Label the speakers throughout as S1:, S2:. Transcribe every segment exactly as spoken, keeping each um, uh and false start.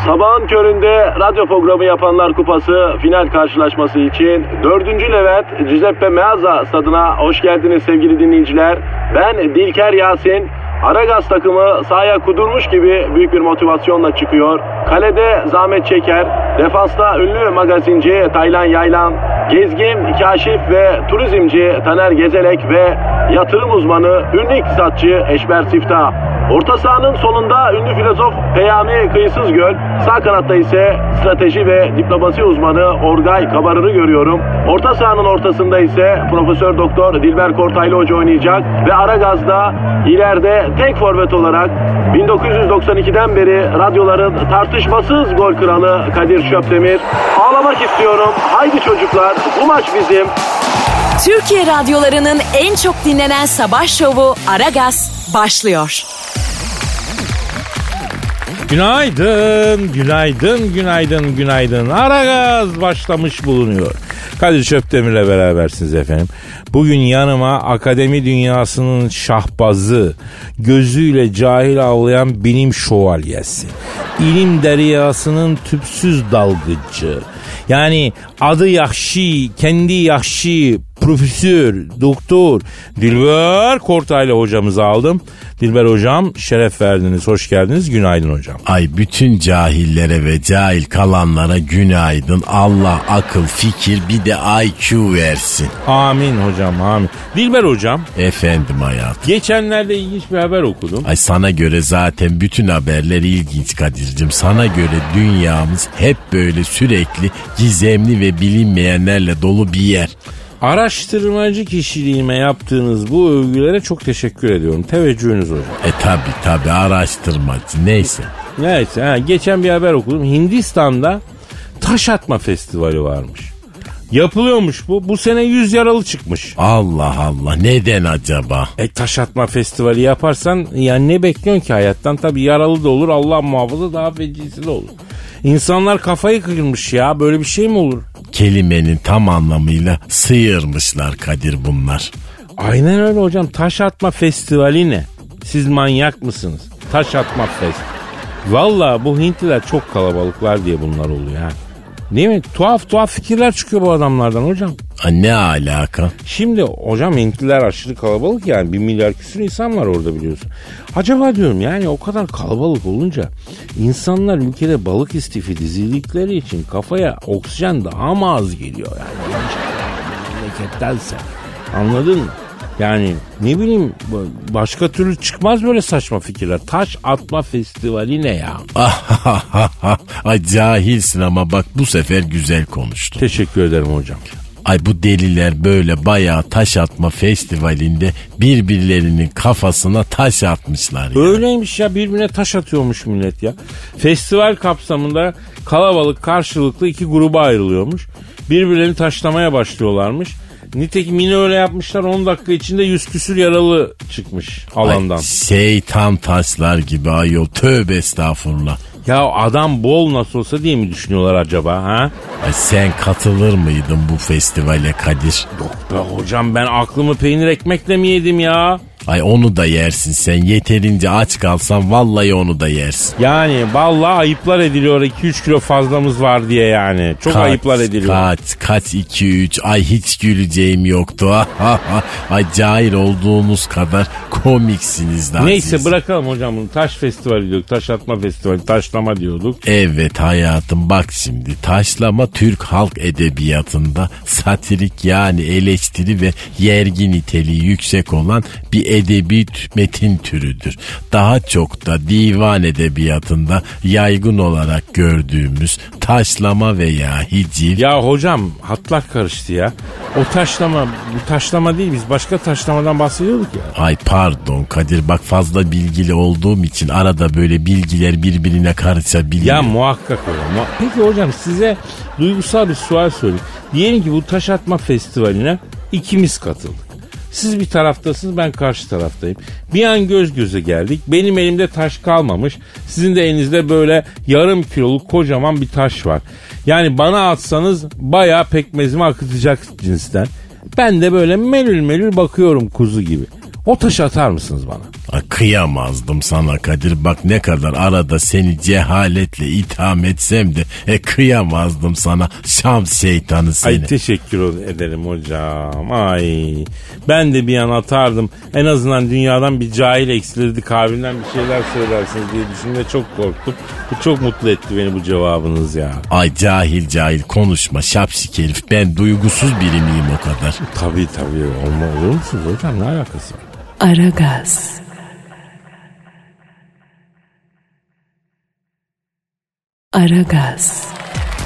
S1: Sabahın köründe radyo programı yapanlar kupası final karşılaşması için dördüncü Levent Giuseppe Meazza stadına hoş geldiniz sevgili dinleyiciler. Ben Dilker Yasin. Aragaz takımı sahaya kudurmuş gibi büyük bir motivasyonla çıkıyor. Kalede Zahmet Çeker, defansta ünlü magazinci Taylan Yaylan, gezgin, kaşif ve turizmci Taner Gezelek ve yatırım uzmanı, ünlü iktisatçı Eşber Siftah. Orta sahanın solunda ünlü filozof Peyami Kıyısızgöl, sağ kanatta ise strateji ve diplomasi uzmanı Orgay Kabarır'ı görüyorum. Orta sahanın ortasında ise Profesör Doktor Dilber Kortaylı Hoca oynayacak ve Aragaz'da ileride tek forvet olarak bin dokuz yüz doksan ikiden beri radyoların tartışmasız gol kralı Kadir Şöpdemir. Ağlamak istiyorum. Haydi çocuklar, bu maç bizim.
S2: Türkiye radyolarının en çok dinlenen sabah şovu Aragaz başlıyor.
S3: Günaydın, günaydın, günaydın, günaydın. Aragaz başlamış bulunuyor. Kadir Şöpdemir'le berabersiniz efendim. Bugün yanıma akademi dünyasının şahbazı, gözüyle cahil avlayan bilim şövalyesi, ilim deryasının tüpsüz dalgıcı, yani adı Yahşi, kendi Yahşi, Profesör, Doktor Dilber Kortaylı hocamızı aldım. Dilber hocam, şeref verdiniz, hoş geldiniz, günaydın hocam.
S4: Ay bütün cahillere ve cahil kalanlara günaydın. Allah akıl, fikir, bir de I Q versin.
S3: Amin hocam, amin. Dilber hocam.
S4: Efendim hayatım.
S3: Geçenlerde ilginç bir haber okudum.
S4: Ay sana göre zaten bütün haberler ilginç Kadir'cim. Sana göre dünyamız hep böyle sürekli gizemli ve bilinmeyenlerle dolu bir yer.
S3: Araştırmacı kişiliğime yaptığınız bu övgülere çok teşekkür ediyorum. Teveccühünüz hocam.
S4: E tabi tabi araştırmacı, neyse.
S3: Neyse, ha, geçen bir haber okudum. Hindistan'da taş atma festivali varmış. Yapılıyormuş bu. Bu sene yüz yaralı çıkmış.
S4: Allah Allah, neden acaba?
S3: E taş atma festivali yaparsan yani ne bekliyorsun ki hayattan? Tabii yaralı da olur, Allah muhafaza daha fecisi de olur. İnsanlar kafayı kırmış ya, böyle bir şey mi olur?
S4: Kelimenin tam anlamıyla sıyırmışlar Kadir bunlar.
S3: Aynen öyle hocam. Taş atma festivali ne? Siz manyak mısınız? Taş atma fest. Vallahi bu Hintliler çok kalabalıklar diye bunlar oluyor ha. Değil mi? Tuhaf tuhaf fikirler çıkıyor bu adamlardan hocam.
S4: Ha, ne alaka?
S3: Şimdi hocam Hintliler aşırı kalabalık, yani bir milyar küsur insan var orada biliyorsun. Acaba diyorum yani o kadar kalabalık olunca insanlar ülkede balık istifi dizildikleri için kafaya oksijen daha mı az geliyor yani? Memlekettense. Anladın mı? Yani ne bileyim başka türlü çıkmaz böyle saçma fikirler. Taş atma festivali ne ya?
S4: Ay cahilsin ama bak bu sefer güzel konuştun.
S3: Teşekkür ederim hocam.
S4: Ay bu deliler böyle bayağı taş atma festivalinde birbirlerinin kafasına taş atmışlar ya.
S3: Öyleymiş ya, birbirine taş atıyormuş millet ya. Festival kapsamında kalabalık karşılıklı iki gruba ayrılıyormuş. Birbirlerini taşlamaya başlıyorlarmış. Nitekim yine öyle yapmışlar, on dakika içinde yüz küsür yaralı çıkmış alandan.
S4: Ay, şeytan taşlar gibi ayol, tövbe estağfurullah.
S3: Ya adam bol nasıl olsa diye mi düşünüyorlar acaba ha?
S4: Ay sen katılır mıydın bu festivale Kadir?
S3: Yok be hocam, ben aklımı peynir ekmekle mi yedim ya?
S4: Ay onu da yersin sen, yeterince aç kalsan vallahi onu da yersin.
S3: Yani vallahi ayıplar ediliyor, iki üç kilo fazlamız var diye yani. Çok kaç, ayıplar ediliyor.
S4: Kaç kaç iki üç, ay hiç güleceğim yoktu. Ay cahil olduğunuz kadar komiksiniz daha.
S3: Neyse
S4: siz.
S3: Bırakalım hocam bunu, taş festivali diyorduk, taş atma festivali, taşlama diyorduk.
S4: Evet hayatım, bak şimdi taşlama Türk halk edebiyatında satirik yani eleştiri ve yergi niteliği yüksek olan bir edebi metin türüdür. Daha çok da divan edebiyatında yaygın olarak gördüğümüz taşlama veya hiciv.
S3: Ya hocam hatlar karıştı ya. O taşlama, bu taşlama değil, biz başka taşlamadan bahsediyorduk ya.
S4: Ay pardon Kadir, bak fazla bilgili olduğum için arada böyle bilgiler birbirine karışabiliyor.
S3: Ya muhakkak öyle. Peki hocam size duygusal bir sual sorayım. Diyelim ki bu taş atma festivaline ikimiz katıldık. Siz bir taraftasınız, ben karşı taraftayım. Bir an göz göze geldik. Benim elimde taş kalmamış. Sizin de elinizde böyle yarım kiloluk kocaman bir taş var. Yani bana atsanız bayağı pekmezimi akıtacak cinsten. Ben de böyle melül melül bakıyorum kuzu gibi. O taşı atar mısınız bana?
S4: Kıyamazdım sana Kadir, bak ne kadar arada seni cehaletle itham etsem de e, kıyamazdım sana Şam şeytanı seni.
S3: Ay teşekkür ederim hocam. Ay ben de bir an atardım. En azından dünyadan bir cahil eksilirdi, kabilden bir şeyler söylersiniz diye düşündüm, çok korktum. Bu çok mutlu etti beni bu cevabınız ya.
S4: Ay cahil cahil konuşma şapşik herif, ben duygusuz biri miyim o kadar?
S3: Tabii tabii, olma olur musunuz hocam, ne alakası var?
S2: Aragaz. Aragaz.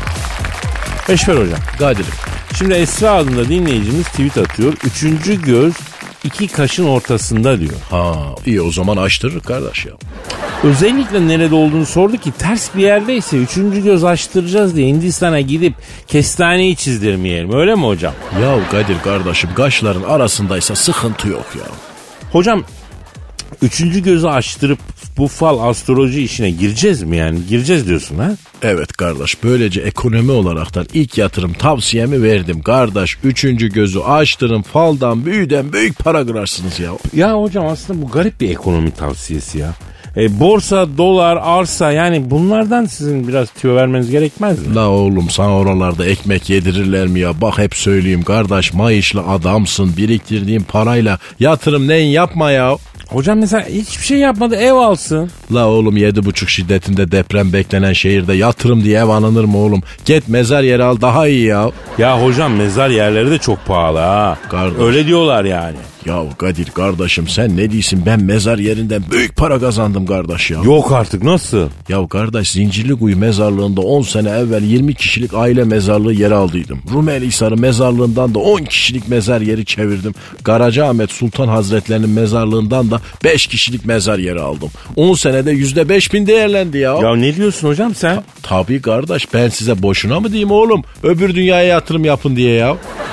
S3: Eşber hocam.
S4: Kadir'im.
S3: Şimdi Esra adında dinleyicimiz tweet atıyor. Üçüncü göz iki kaşın ortasında diyor.
S4: Ha iyi, o zaman açtırır kardeş ya.
S3: Özellikle nerede olduğunu sordu ki ters bir yerdeyse üçüncü göz açtıracağız diye Hindistan'a gidip kestaneyi çizdirmeyelim, öyle mi hocam?
S4: Ya Kadir kardeşim, kaşların arasındaysa sıkıntı yok ya.
S3: Hocam üçüncü gözü açtırıp bu fal astroloji işine gireceğiz mi yani? Gireceğiz diyorsun ha?
S4: Evet kardeş, böylece ekonomi olaraktan ilk yatırım tavsiyemi verdim. Kardeş üçüncü gözü açtırın, faldan büyüden büyük para kırarsınız ya.
S3: Ya hocam aslında bu garip bir ekonomi tavsiyesi ya. E, borsa, dolar, arsa, yani bunlardan sizin biraz tüyo vermeniz gerekmez mi?
S4: La oğlum sana oralarda ekmek yedirirler mi ya? Bak hep söyleyeyim kardeş, maaşlı adamsın, biriktirdiğin parayla yatırım neyin yapma ya.
S3: Hocam mesela hiçbir şey yapmadı, ev alsın.
S4: La oğlum yedi buçuk şiddetinde deprem beklenen şehirde yatırım diye ev alınır mı oğlum? Git mezar yeri al daha iyi ya.
S3: Ya hocam mezar yerleri de çok pahalı ha.
S4: Kardeş.
S3: Öyle diyorlar yani.
S4: Ya Kadir kardeşim sen ne diyorsun, ben mezar yerinden büyük para kazandım kardeş ya.
S3: Yok artık, nasıl?
S4: Ya kardeş Zincirlikuyu mezarlığında on sene evvel yirmi kişilik aile mezarlığı yeri aldıydım. Rumelihisarı mezarlığından da on kişilik mezar yeri çevirdim. Karacaahmet Sultan Hazretlerinin mezarlığından da beş kişilik mezar yeri aldım. on senede yüzde beş bin değerlendi ya.
S3: Ya ne diyorsun hocam sen?
S4: Ta- tabii kardeş, ben size boşuna mı diyeyim oğlum? Öbür dünyaya yatırım yapın diye ya.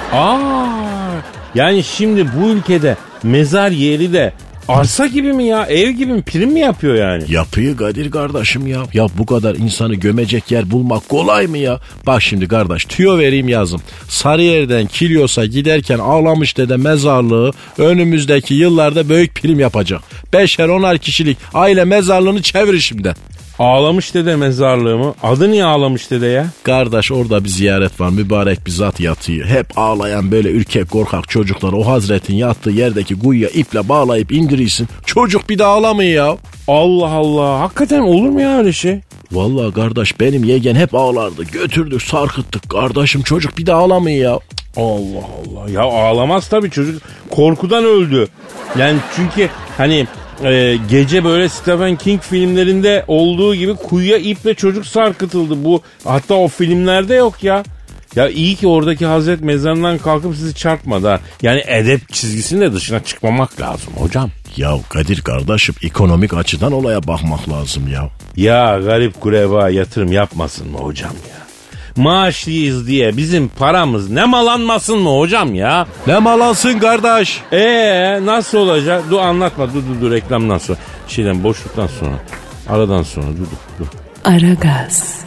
S3: Aa, yani şimdi bu ülkede mezar yeri de arsa gibi mi ya? Ev gibi mi? Prim mi yapıyor yani?
S4: Yapıyı Kadir kardeşim ya. Ya bu kadar insanı gömecek yer bulmak kolay mı ya? Bak şimdi kardeş tüyo vereyim yazım. Sarıyer'den Kilyos'a giderken Ağlamış Dede mezarlığı önümüzdeki yıllarda büyük prim yapacak. Beşer onar kişilik aile mezarlığını çevir şimdi.
S3: Ağlamış Dede mezarlığı mı? Adı niye Ağlamış Dede ya?
S4: Kardeş orada bir ziyaret var, mübarek bir zat yatıyor. Hep ağlayan böyle ürkek korkak çocuklar o hazretin yattığı yerdeki kuyuya iple bağlayıp indirirsin. Çocuk bir de ağlamıyor ya.
S3: Allah Allah, hakikaten olur mu ya öyle şey?
S4: Vallahi kardeş benim yeğen hep ağlardı. Götürdük sarkıttık kardeşim, çocuk bir de ağlamıyor ya.
S3: Allah Allah, ya ağlamaz tabii, çocuk korkudan öldü. Yani çünkü hani e, gece böyle Stephen King filmlerinde olduğu gibi kuyuya iple çocuk sarkıtıldı. Bu hatta o filmlerde yok ya. Ya iyi ki oradaki Hazret mezarından kalkıp sizi çarpmadı ha. Yani edep çizgisinin de dışına çıkmamak lazım hocam.
S4: Ya Kadir kardeşim ekonomik açıdan olaya bakmak lazım ya.
S3: Ya garip kureba yatırım yapmasın mı hocam ya? Maaşlıyız diye bizim paramız ne malanmasın mı hocam ya?
S4: Ne malansın kardeş?
S3: Eee nasıl olacak? Dur anlatma, dur dur dur reklamdan sonra. Şeyden boşluktan sonra. Aradan sonra dur dur. dur.
S2: Aragaz.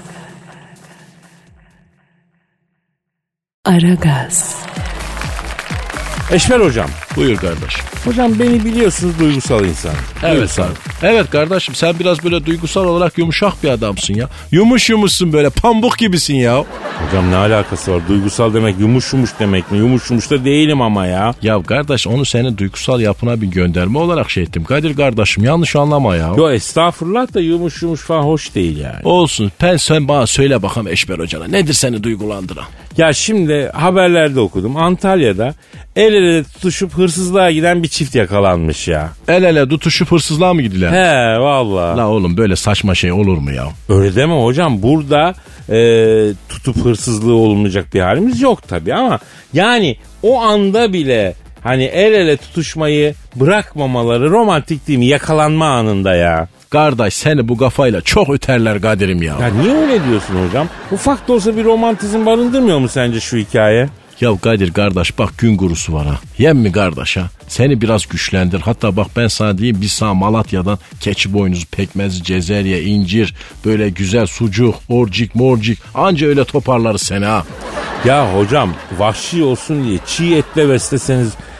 S2: Aragaz.
S3: Eşber hocam.
S4: Buyur kardeş.
S3: Hocam beni biliyorsunuz, duygusal insan.
S4: Evet
S3: Duygusal.
S4: abi. Evet kardeşim sen biraz böyle duygusal olarak yumuşak bir adamsın ya. Yumuş yumuşsun böyle pamuk gibisin ya.
S3: Hocam ne alakası var? Duygusal demek yumuş yumuş demek mi? Yumuş yumuş da değilim ama ya.
S4: Ya kardeş onu senin duygusal yapına bir gönderme olarak şey ettim. Kadir kardeşim yanlış anlama ya.
S3: Yo estağfurullah da yumuş yumuş falan hoş değil yani.
S4: Olsun. Ben sen bana söyle bakalım Eşber hocana. Nedir seni duygulandıran?
S3: Ya şimdi haberlerde okudum. Antalya'da el ele tutuşup hırsızlığa giden bir çift yakalanmış ya.
S4: El ele tutuşup hırsızlığa mı gidiler?
S3: He valla.
S4: La oğlum böyle saçma şey olur mu ya?
S3: Öyle deme hocam. Burada e, tutup hırsızlığı olunacak bir halimiz yok tabii ama yani o anda bile hani el ele tutuşmayı bırakmamaları romantik değil mi? Yakalanma anında ya.
S4: Kardeş seni bu kafayla çok öterler Kadir'im ya.
S3: Ya niye öyle diyorsun hocam? Ufak da olsa bir romantizm barındırmıyor mu sence şu hikaye?
S4: Ya Kadir kardeş bak gün gurusu var ha. Yem mi kardeş ha? Seni biraz güçlendir. Hatta bak ben sana diyeyim bir sağ Malatya'dan keçi boynuzu, pekmez, cezerye, incir, böyle güzel sucuk, orcik, morcik. Anca öyle toparlarız seni ha.
S3: Ya hocam vahşi olsun diye çiğ etle besleseniz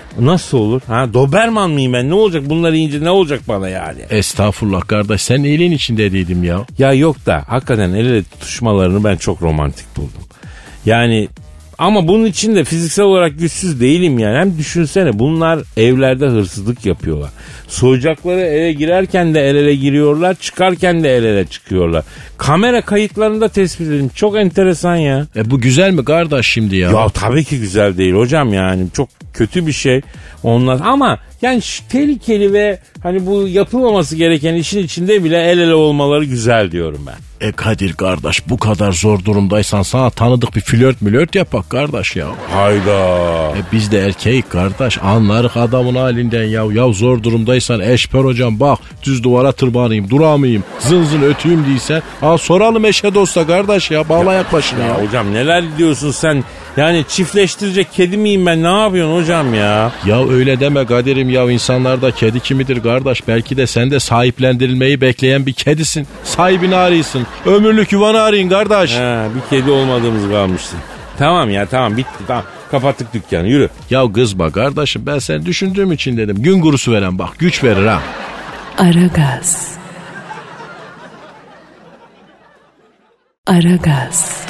S3: Nasıl olur? Ha, Doberman mıyım ben? Ne olacak? Bunları yiyince ne olacak bana yani?
S4: Estağfurullah kardeş, sen iyiliğin içindeydim ya.
S3: Ya yok da hakikaten el ele tutuşmalarını ben çok romantik buldum. Yani ama bunun için de fiziksel olarak güçsüz değilim yani. Hem düşünsene, bunlar evlerde hırsızlık yapıyorlar. Soyacakları eve girerken de el ele giriyorlar, çıkarken de el ele çıkıyorlar. Kamera kayıtlarında tespit edildim. Çok enteresan ya.
S4: E bu güzel mi kardeş şimdi ya?
S3: Ya tabii ki güzel değil hocam, yani çok kötü bir şey onlar, ama yani tehlikeli ve hani bu yapılmaması gereken işin içinde bile el ele olmaları güzel diyorum ben.
S4: E Kadir kardeş, bu kadar zor durumdaysan sana tanıdık bir flört mülört yapak kardeş ya.
S3: Hayda.
S4: E biz de erkeğik kardeş, anlarık adamın halinden ya. Ya zor durumdaysan Eşber hocam bak, düz duvara tırmanayım, duramayayım, zın zın ötüyüm değilsen al soralım eşe dosta kardeş ya, bağlayak başına ya.
S3: Ya hocam neler diyorsun sen, yani çiftleştirecek kedi miyim ben, ne yapıyorsun hocam ya?
S4: Ya öyle deme Kadir'im ya, insanlarda kedi kimidir kardeş, belki de sen de sahiplendirilmeyi bekleyen bir kedisin, sahibini arıyorsun, ömürlük yuvanı arayın kardeş.
S3: He, bir kedi olmadığımız kalmıştı. Tamam ya, tamam bitti, tamam kapattık dükkanı, yürü.
S4: Ya kızma kardeşim, ben seni düşündüğüm için dedim, gün kurusu veren bak güç verir ha.
S2: Aragaz. Aragaz.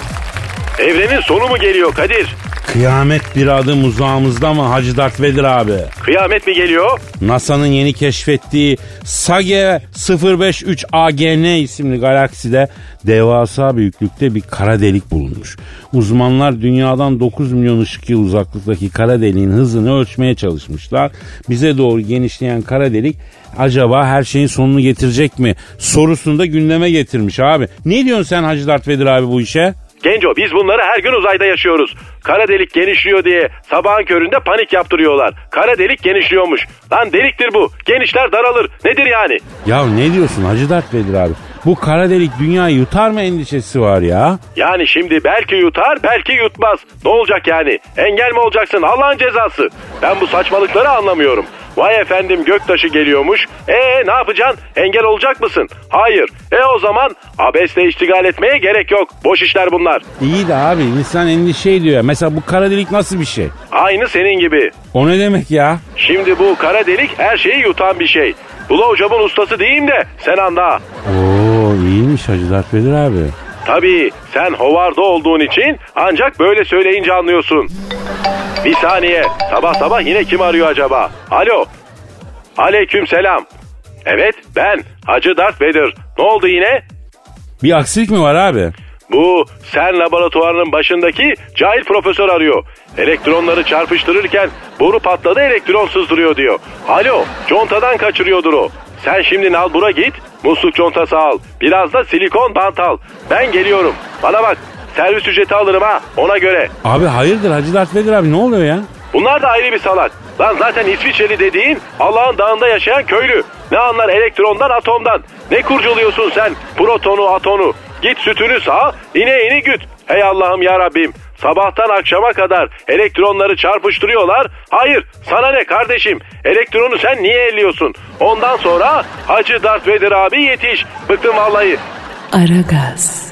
S1: Evrenin sonu mu geliyor Kadir?
S3: Kıyamet bir adım uzağımızda mı Hacı Darth Vader abi?
S1: Kıyamet mi geliyor?
S3: NASA'nın yeni keşfettiği Sage sıfır beş üç A G N isimli galakside devasa büyüklükte bir kara delik bulunmuş. Uzmanlar dünyadan dokuz milyon ışık yılı uzaklıktaki kara deliğin hızını ölçmeye çalışmışlar. Bize doğru genişleyen kara delik acaba her şeyin sonunu getirecek mi sorusunu da gündeme getirmiş abi. Ne diyorsun sen Hacı Darth Vader abi bu işe?
S1: Genco, biz bunları her gün uzayda yaşıyoruz. Kara delik genişliyor diye sabahın köründe panik yaptırıyorlar. Kara delik genişliyormuş. Lan deliktir bu. Genişler daralır. Nedir yani?
S3: Ya ne diyorsun Hacı Darth Vader abi? Bu kara delik dünyayı yutar mı endişesi var ya?
S1: Yani şimdi belki yutar, belki yutmaz. Ne olacak yani? Engel mi olacaksın? Allah'ın cezası. Ben bu saçmalıkları anlamıyorum. Vay efendim, göktaşı geliyormuş. Ee ne yapacaksın? Engel olacak mısın? Hayır. E o zaman abesle iştigal etmeye gerek yok. Boş işler bunlar.
S3: İyi de abi, insan endişe ediyor. Mesela bu kara delik nasıl bir şey?
S1: Aynı senin gibi.
S3: O ne demek ya?
S1: Şimdi bu kara delik her şeyi yutan bir şey. Blowjob'un ustası diyeyim de sen anla.
S3: Oo iyiymiş Hacı Darth Vader abi.
S1: Tabii sen hovarda olduğun için ancak böyle söyleyince anlıyorsun. Bir saniye, sabah sabah yine kim arıyor acaba? Alo. Aleyküm selam. Evet ben Hacı Darth Vader. Ne oldu yine?
S3: Bir aksilik mi var abi?
S1: Bu CERN laboratuvarının başındaki cahil profesör arıyor. Elektronları çarpıştırırken boru patladı, elektron sızdırıyor diyor. Alo, contadan kaçırıyordur o. Sen şimdi nalbura git, musluk contası al. Biraz da silikon bant al. Ben geliyorum. Bana bak, servis ücreti alırım ha, ona göre.
S3: Abi hayırdır Hacı Darth Vader abi, ne oluyor ya?
S1: Bunlar da ayrı bir salak. Lan zaten İsviçreli dediğin Allah'ın dağında yaşayan köylü. Ne anlar elektrondan, atomdan? Ne kurculuyorsun sen protonu, atonu? Git sütünü sağ, ineğini güt. Hey Allah'ım ya Rabbim. Sabahtan akşama kadar elektronları çarpıştırıyorlar. Hayır, sana ne kardeşim? Elektronu sen niye elliyorsun? Ondan sonra Hacı Darth Vader abi yetiş. Bıktım vallahi.
S2: Aragaz.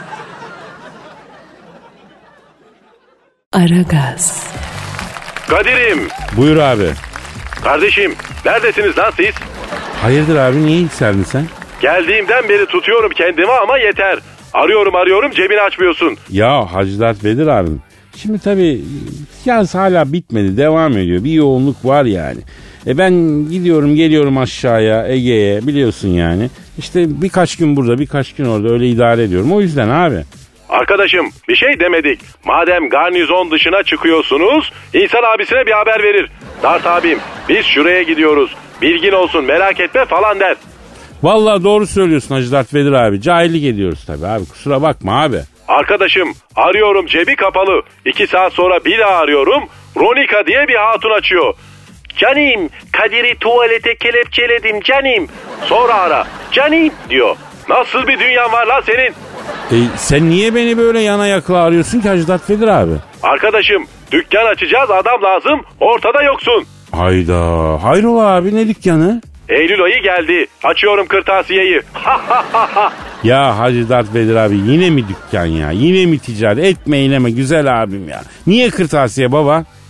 S2: Aragaz.
S1: Kadir'im.
S3: Buyur abi.
S1: Kardeşim, neredesiniz lan siz?
S3: Hayırdır abi, niye yükseldin sen?
S1: Geldiğimden beri tutuyorum kendimi ama yeter. Arıyorum arıyorum, cebini açmıyorsun.
S3: Ya Hacı Darth Vader abi, şimdi tabii yaz hala bitmedi, devam ediyor. Bir yoğunluk var yani. E ben gidiyorum geliyorum aşağıya Ege'ye, biliyorsun yani. İşte birkaç gün burada birkaç gün orada, öyle idare ediyorum. O yüzden abi.
S1: Arkadaşım bir şey demedik. Madem garnizon dışına çıkıyorsunuz, insan abisine bir haber verir. Dart abim, biz şuraya gidiyoruz. Bilgin olsun, merak etme falan der.
S3: Vallahi doğru söylüyorsun Hacı Darth Vader abi. Cahillik ediyoruz tabii abi, kusura bakma abi.
S1: Arkadaşım arıyorum, cebi kapalı. İki saat sonra bir daha arıyorum. Ronika diye bir hatun açıyor. Canim, Kadir'i tuvalete kelepçeledim canim. Sonra ara. Canim diyor. Nasıl bir dünyan var lan senin?
S3: E, sen niye beni böyle yana yakla arıyorsun ki Hacı Darth Vader abi?
S1: Arkadaşım dükkan açacağız, adam lazım, ortada yoksun.
S3: Hayda, hayrola abi, ne dükkanı?
S1: Eylül ayı geldi. Açıyorum kırtasiyeyi.
S3: Ya Hacı Darth Vader abi, yine mi dükkan ya? Yine mi ticaret? Etme eyleme güzel abim ya. Niye kırtasiye baba?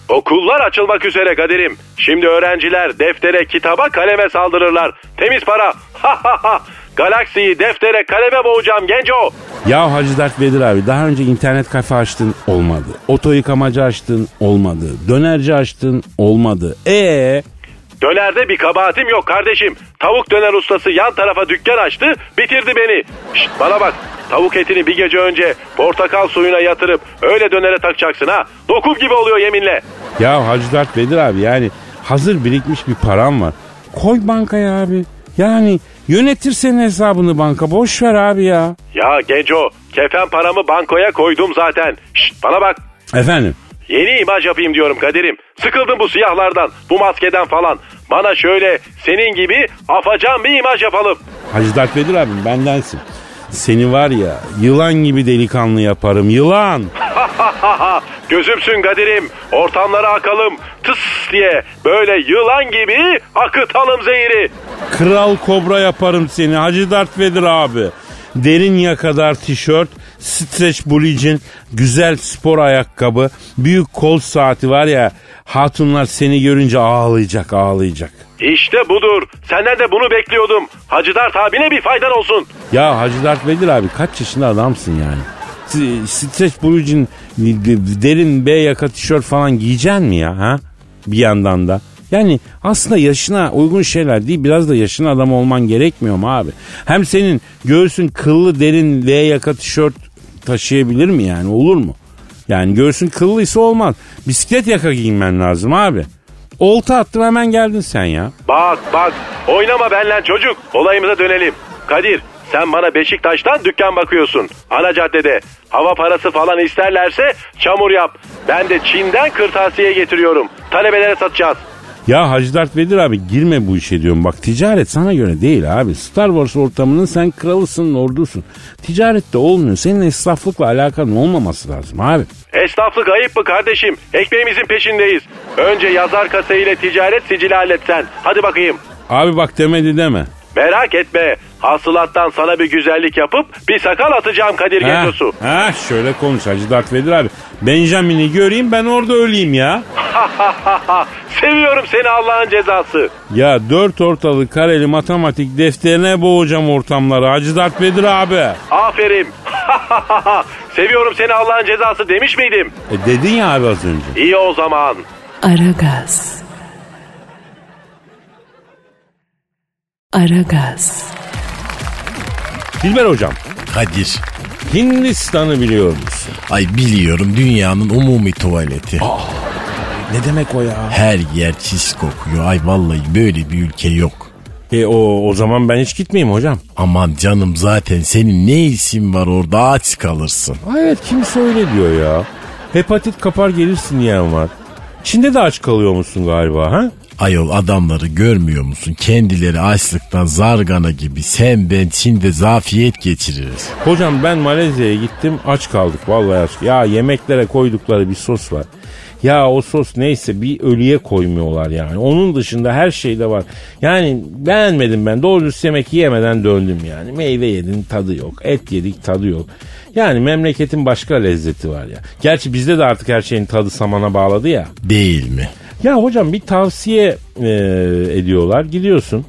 S1: Okullar açılmak üzere Kadir'im. Şimdi öğrenciler deftere, kitaba, kaleme saldırırlar. Temiz para. Ha ha ha. Galaksiyi deftere, kaleme boğacağım genco.
S3: Ya Hacı Dert Vedir abi, daha önce internet kafe açtın, olmadı. Oto yıkamacı açtın, olmadı. Dönerci açtın, olmadı. Eee?
S1: Dönerde bir kabahatim yok kardeşim. Tavuk döner ustası yan tarafa dükkan açtı, bitirdi beni. Şşt, bana bak, tavuk etini bir gece önce portakal suyuna yatırıp öyle dönere takacaksın ha. Dokuz gibi oluyor yeminle.
S3: Ya Hacı Dert Vedir abi, yani hazır birikmiş bir param var. Koy bankaya abi. Yani yönetir senin hesabını banka, boş ver abi ya.
S1: Ya genco, kefen paramı bankoya koydum zaten. Şşt, bana bak.
S3: Efendim?
S1: Yeni imaj yapayım diyorum Kadir'im. Sıkıldım bu siyahlardan, bu maskeden falan. Bana şöyle senin gibi afacan bir imaj yapalım.
S3: Hacı Dert Vedir abim, bendensin. Seni var ya, yılan gibi delikanlı yaparım, yılan.
S1: Gözümsün Kadir'im, ortamlara akalım tıs diye, böyle yılan gibi akıtalım zehri.
S3: Kral kobra yaparım seni Hacı Dert Vedir abi. Derin yakadar tişört, streç bluejean, güzel spor ayakkabı, büyük kol saati var ya, hatunlar seni görünce ağlayacak ağlayacak.
S1: İşte budur. Senden de bunu bekliyordum. Hacı Dert abine bir faydan olsun.
S3: Ya Hacı Dert Vedir abi, kaç yaşında adamsın yani? Streç bluejean, derin B yaka tişört falan giyeceksin mi ya? Ha? Bir yandan da. Yani aslında yaşına uygun şeyler değil, biraz da yaşın adam olman gerekmiyor mu abi? Hem senin göğsün kıllı derin L yaka tişört taşıyabilir mi yani, olur mu? Yani göğsün kıllıysa olmaz. Bisiklet yaka giymen lazım abi. Olta attım hemen geldin sen ya.
S1: Bak bak, oynama benimle çocuk, olayımıza dönelim. Kadir, sen bana Beşiktaş'tan dükkan bakıyorsun. Ana caddede. Hava parası falan isterlerse çamur yap. Ben de Çin'den kırtasiye getiriyorum. Talebelere satacağız.
S3: Ya Hacı Dert Vedir abi, girme bu işe diyorum. Bak, ticaret sana göre değil abi. Star Wars ortamının sen kralısın, ordusun. Ticarette olmuyor. Senin esnaflıkla alakanın olmaması lazım abi.
S1: Esnaflık ayıp mı kardeşim? Ekmeğimizin peşindeyiz. Önce yazar kasayla ticaret sicili halletsen. Hadi bakayım.
S3: Abi bak, demedi deme.
S1: Merak etme. Hasılattan sana bir güzellik yapıp bir sakal atacağım Kadir Gencosu.
S3: Ha şöyle konuş Hacı Dert Vedir abi. Benjamin'i göreyim, ben orada öleyim ya.
S1: Seviyorum seni Allah'ın cezası.
S3: Ya dört ortalı kareli matematik defterine boğacağım ortamları Hacı Dert Vedir abi.
S1: Aferin. Seviyorum seni Allah'ın cezası demiş miydim?
S3: E dedin ya abi az önce.
S1: İyi o zaman.
S2: Aragaz. Aragaz.
S3: Dilber hocam.
S4: Kadir.
S3: Hindistan'ı biliyor musun?
S4: Ay biliyorum, dünyanın umumi tuvaleti.
S3: Aa, ne demek o ya?
S4: Her yer çiş kokuyor. Ay vallahi böyle bir ülke yok.
S3: E o o zaman ben hiç gitmeyeyim hocam.
S4: Aman canım, zaten senin ne işin var orada, aç kalırsın.
S3: Evet, kimse öyle diyor ya. Hepatit kapar gelirsin diyen var. Çin'de de aç kalıyor musun galiba ha?
S4: Ayol, adamları görmüyor musun? Kendileri açlıktan zargana gibi. Sen ben Çin'de zafiyet geçiririz.
S3: Hocam ben Malezya'ya gittim, aç kaldık vallahi aç. Ya yemeklere koydukları bir sos var. Ya o sos neyse, bir ölüye koymuyorlar yani. Onun dışında her şeyde var. Yani beğenmedim ben. Doğru düz yemek yiyemeden döndüm yani. Meyve yedin, tadı yok. Et yedik, tadı yok. Yani memleketin başka lezzeti var ya. Gerçi bizde de artık her şeyin tadı samana bağladı ya.
S4: Değil mi?
S3: Ya hocam bir tavsiye e, ediyorlar. Gidiyorsun.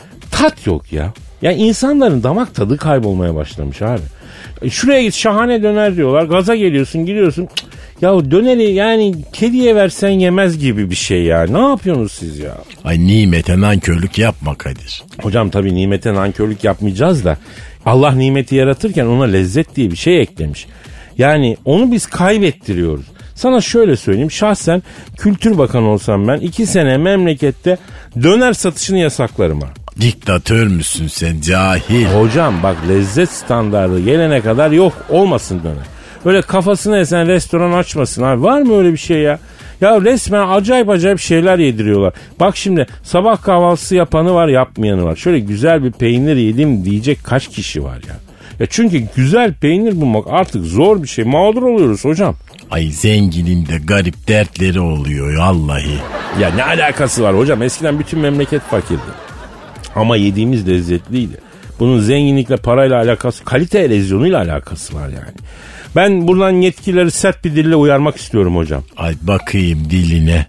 S3: Tat yok ya. Ya insanların damak tadı kaybolmaya başlamış abi. E, şuraya git, şahane döner diyorlar. Gaza geliyorsun, gidiyorsun. Cık, ya döneri yani kediye versen yemez gibi bir şey ya. Ne yapıyorsunuz siz ya?
S4: Ay nimete nankörlük yapma Kadir.
S3: Hocam tabii nimete nankörlük yapmayacağız da Allah nimeti yaratırken ona lezzet diye bir şey eklemiş. Yani onu biz kaybettiriyoruz. Sana şöyle söyleyeyim, şahsen Kültür Bakanı olsam ben iki sene memlekette döner satışını yasaklarım ha.
S4: Diktatör müsün sen, cahil?
S3: Hocam bak, lezzet standardı gelene kadar yok olmasın döner. Öyle kafasına esen restoran açmasın abi. Var mı öyle bir şey ya? Ya resmen acayip acayip şeyler yediriyorlar. Bak şimdi sabah kahvaltısı yapanı var, yapmayanı var. Şöyle güzel bir peynir yedim diyecek kaç kişi var ya? Ya çünkü güzel peynir bulmak artık zor bir şey. Mağdur oluyoruz hocam.
S4: Ay zenginin de garip dertleri oluyor vallahi.
S3: Ya ne alakası var hocam? Eskiden bütün memleket fakirdi. Ama yediğimiz lezzetliydi. Bunun zenginlikle, parayla alakası, kalite erozyonuyla alakası var yani. Ben buradan yetkilileri sert bir dille uyarmak istiyorum hocam.
S4: Ay bakayım diline.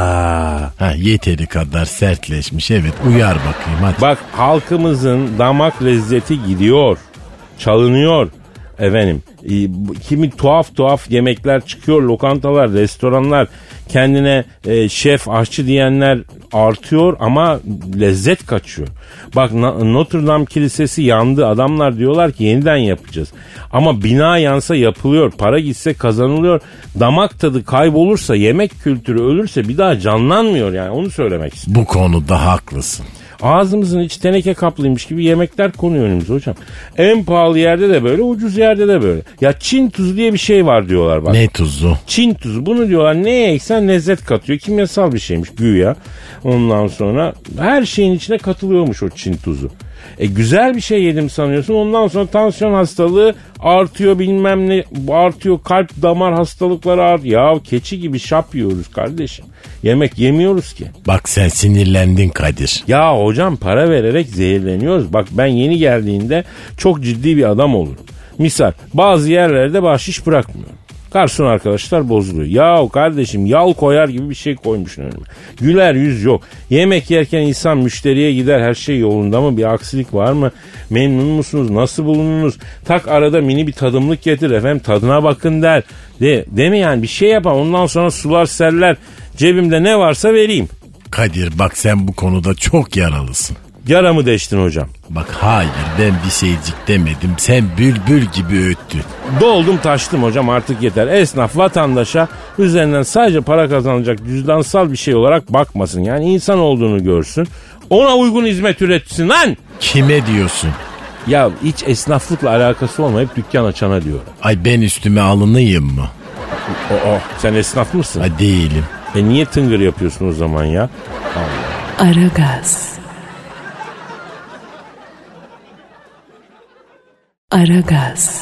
S3: Aa.
S4: Ha, yeteri kadar sertleşmiş, evet, uyar bakayım hadi.
S3: Bak, halkımızın damak lezzeti gidiyor, çalınıyor. Efendim, kimi tuhaf tuhaf yemekler çıkıyor, lokantalar, restoranlar, kendine e, şef, aşçı diyenler artıyor ama lezzet kaçıyor. Bak, Notre Dame Kilisesi yandı, adamlar diyorlar ki yeniden yapacağız. Ama bina yansa yapılıyor, para gitse kazanılıyor. Damak tadı kaybolursa, yemek kültürü ölürse bir daha canlanmıyor, yani onu söylemek istiyorum.
S4: Bu konuda haklısın.
S3: Ağzımızın içi teneke kaplıymış gibi yemekler konuyor önümüze hocam. En pahalı yerde de böyle, ucuz yerde de böyle. Ya Çin tuzu diye bir şey var diyorlar bak.
S4: Ne tuzu?
S3: Çin tuzu. Bunu diyorlar neye eksen lezzet katıyor. Kimyasal bir şeymiş güya. Ondan sonra her şeyin içine katılıyormuş o Çin tuzu. E güzel bir şey yedim sanıyorsun. Ondan sonra tansiyon hastalığı artıyor, bilmem ne artıyor. Kalp damar hastalıkları artıyor. Ya keçi gibi şap yiyoruz kardeşim. Yemek yemiyoruz ki.
S4: Bak sen sinirlendin Kadir.
S3: Ya hocam, para vererek zehirleniyoruz. Bak, ben yeni geldiğinde çok ciddi bir adam olurum. Misal bazı yerlerde bahşiş bırakmıyorum. Garson arkadaşlar bozuluyor. Ya kardeşim, yal koyar gibi bir şey koymuşsun önüme. Güler yüz yok. Yemek yerken insan müşteriye gider, her şey yolunda mı? Bir aksilik var mı? Memnun musunuz? Nasıl bulununuz? Tak arada mini bir tadımlık getir efendim, tadına bakın der. De, değil mi yani? Bir şey yapar, ondan sonra sular seller. Cebimde ne varsa vereyim.
S4: Kadir bak, sen bu konuda çok yaralısın.
S3: Yaramı deştin hocam.
S4: Bak hayır, ben bir şeycik demedim. Sen bülbül gibi öttün.
S3: Doldum taştım hocam, artık yeter. Esnaf vatandaşa üzerinden sadece para kazanacak cüzdansal bir şey olarak bakmasın. Yani insan olduğunu görsün. Ona uygun hizmet üretsin lan.
S4: Kime diyorsun?
S3: Ya hiç esnaflıkla alakası olmayıp dükkan açana diyorum.
S4: Ay ben üstüme alınayım mı?
S3: O, o, sen esnaf mısın?
S4: Ay değilim.
S3: E niye tıngır yapıyorsun o zaman ya? Allah.
S2: Aragaz. Aragaz.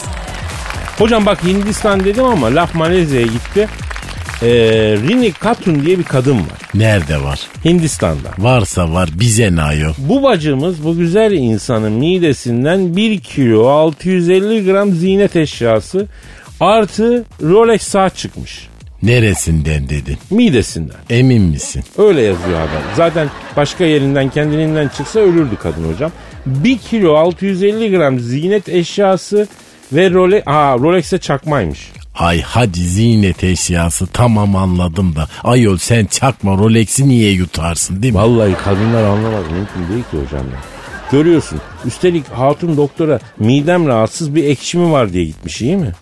S3: Hocam bak, Hindistan dedim ama laf Malezya'ya gitti. Ee, Rini Katun diye bir kadın var.
S4: Nerede var?
S3: Hindistan'da.
S4: Varsa var, bize ne ayol?
S3: Bu bacımız bu güzel insanın midesinden bir kilo altı yüz elli gram ziynet eşyası artı Rolex saat çıkmış.
S4: Neresinden dedin?
S3: Midesinden.
S4: Emin misin?
S3: Öyle yazıyor haber. Zaten başka yerinden, kendiliğinden çıksa ölürdü kadın hocam. bir kilo altı yüz elli gram ziynet eşyası ve Rolex, aa, Rolex'e çakmaymış.
S4: Ay hadi ziynet eşyası, tamam anladım da ayol sen çakma Rolex'i niye yutarsın değil mi?
S3: Vallahi kadınlar anlamaz, mümkün değil ki hocam ya. Görüyorsun, üstelik hatun doktora midem rahatsız, bir ekşimi var diye gitmiş, iyi mi?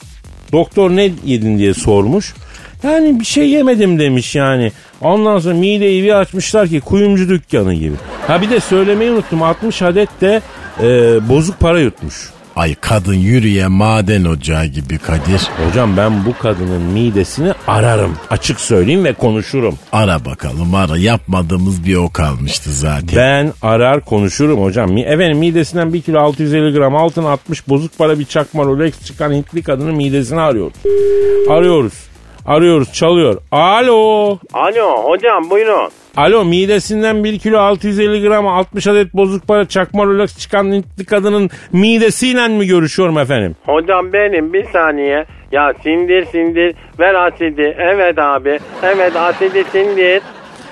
S3: Doktor ne yedin diye sormuş. Yani bir şey yemedim demiş yani. Ondan sonra mideyi bir açmışlar ki kuyumcu dükkanı gibi. Ha bir de söylemeyi unuttum, altmış adet de e, bozuk para yutmuş.
S4: Ay kadın yürüyen maden ocağı gibi Kadir.
S3: Hocam ben bu kadının midesini ararım. Açık söyleyeyim ve konuşurum.
S4: Ara bakalım ara, yapmadığımız bir o kalmıştı zaten.
S3: Ben arar konuşurum hocam. Efendim midesinden bir kilo altı yüz elli gram altın atmış, bozuk para bir çakma Rolex çıkan Hintli kadının midesini arıyoruz. Arıyoruz. Arıyoruz, çalıyor. Alo.
S1: Alo hocam, buyurun.
S3: Alo, midesinden bir kilo altı yüz elli gram altmış adet bozuk para çakma Rolex çıkan Hintli kadının midesiyle mi görüşüyorum efendim?
S1: Hocam benim, bir saniye. Ya sindir sindir, ver asidi. Evet abi, evet asidi sindir.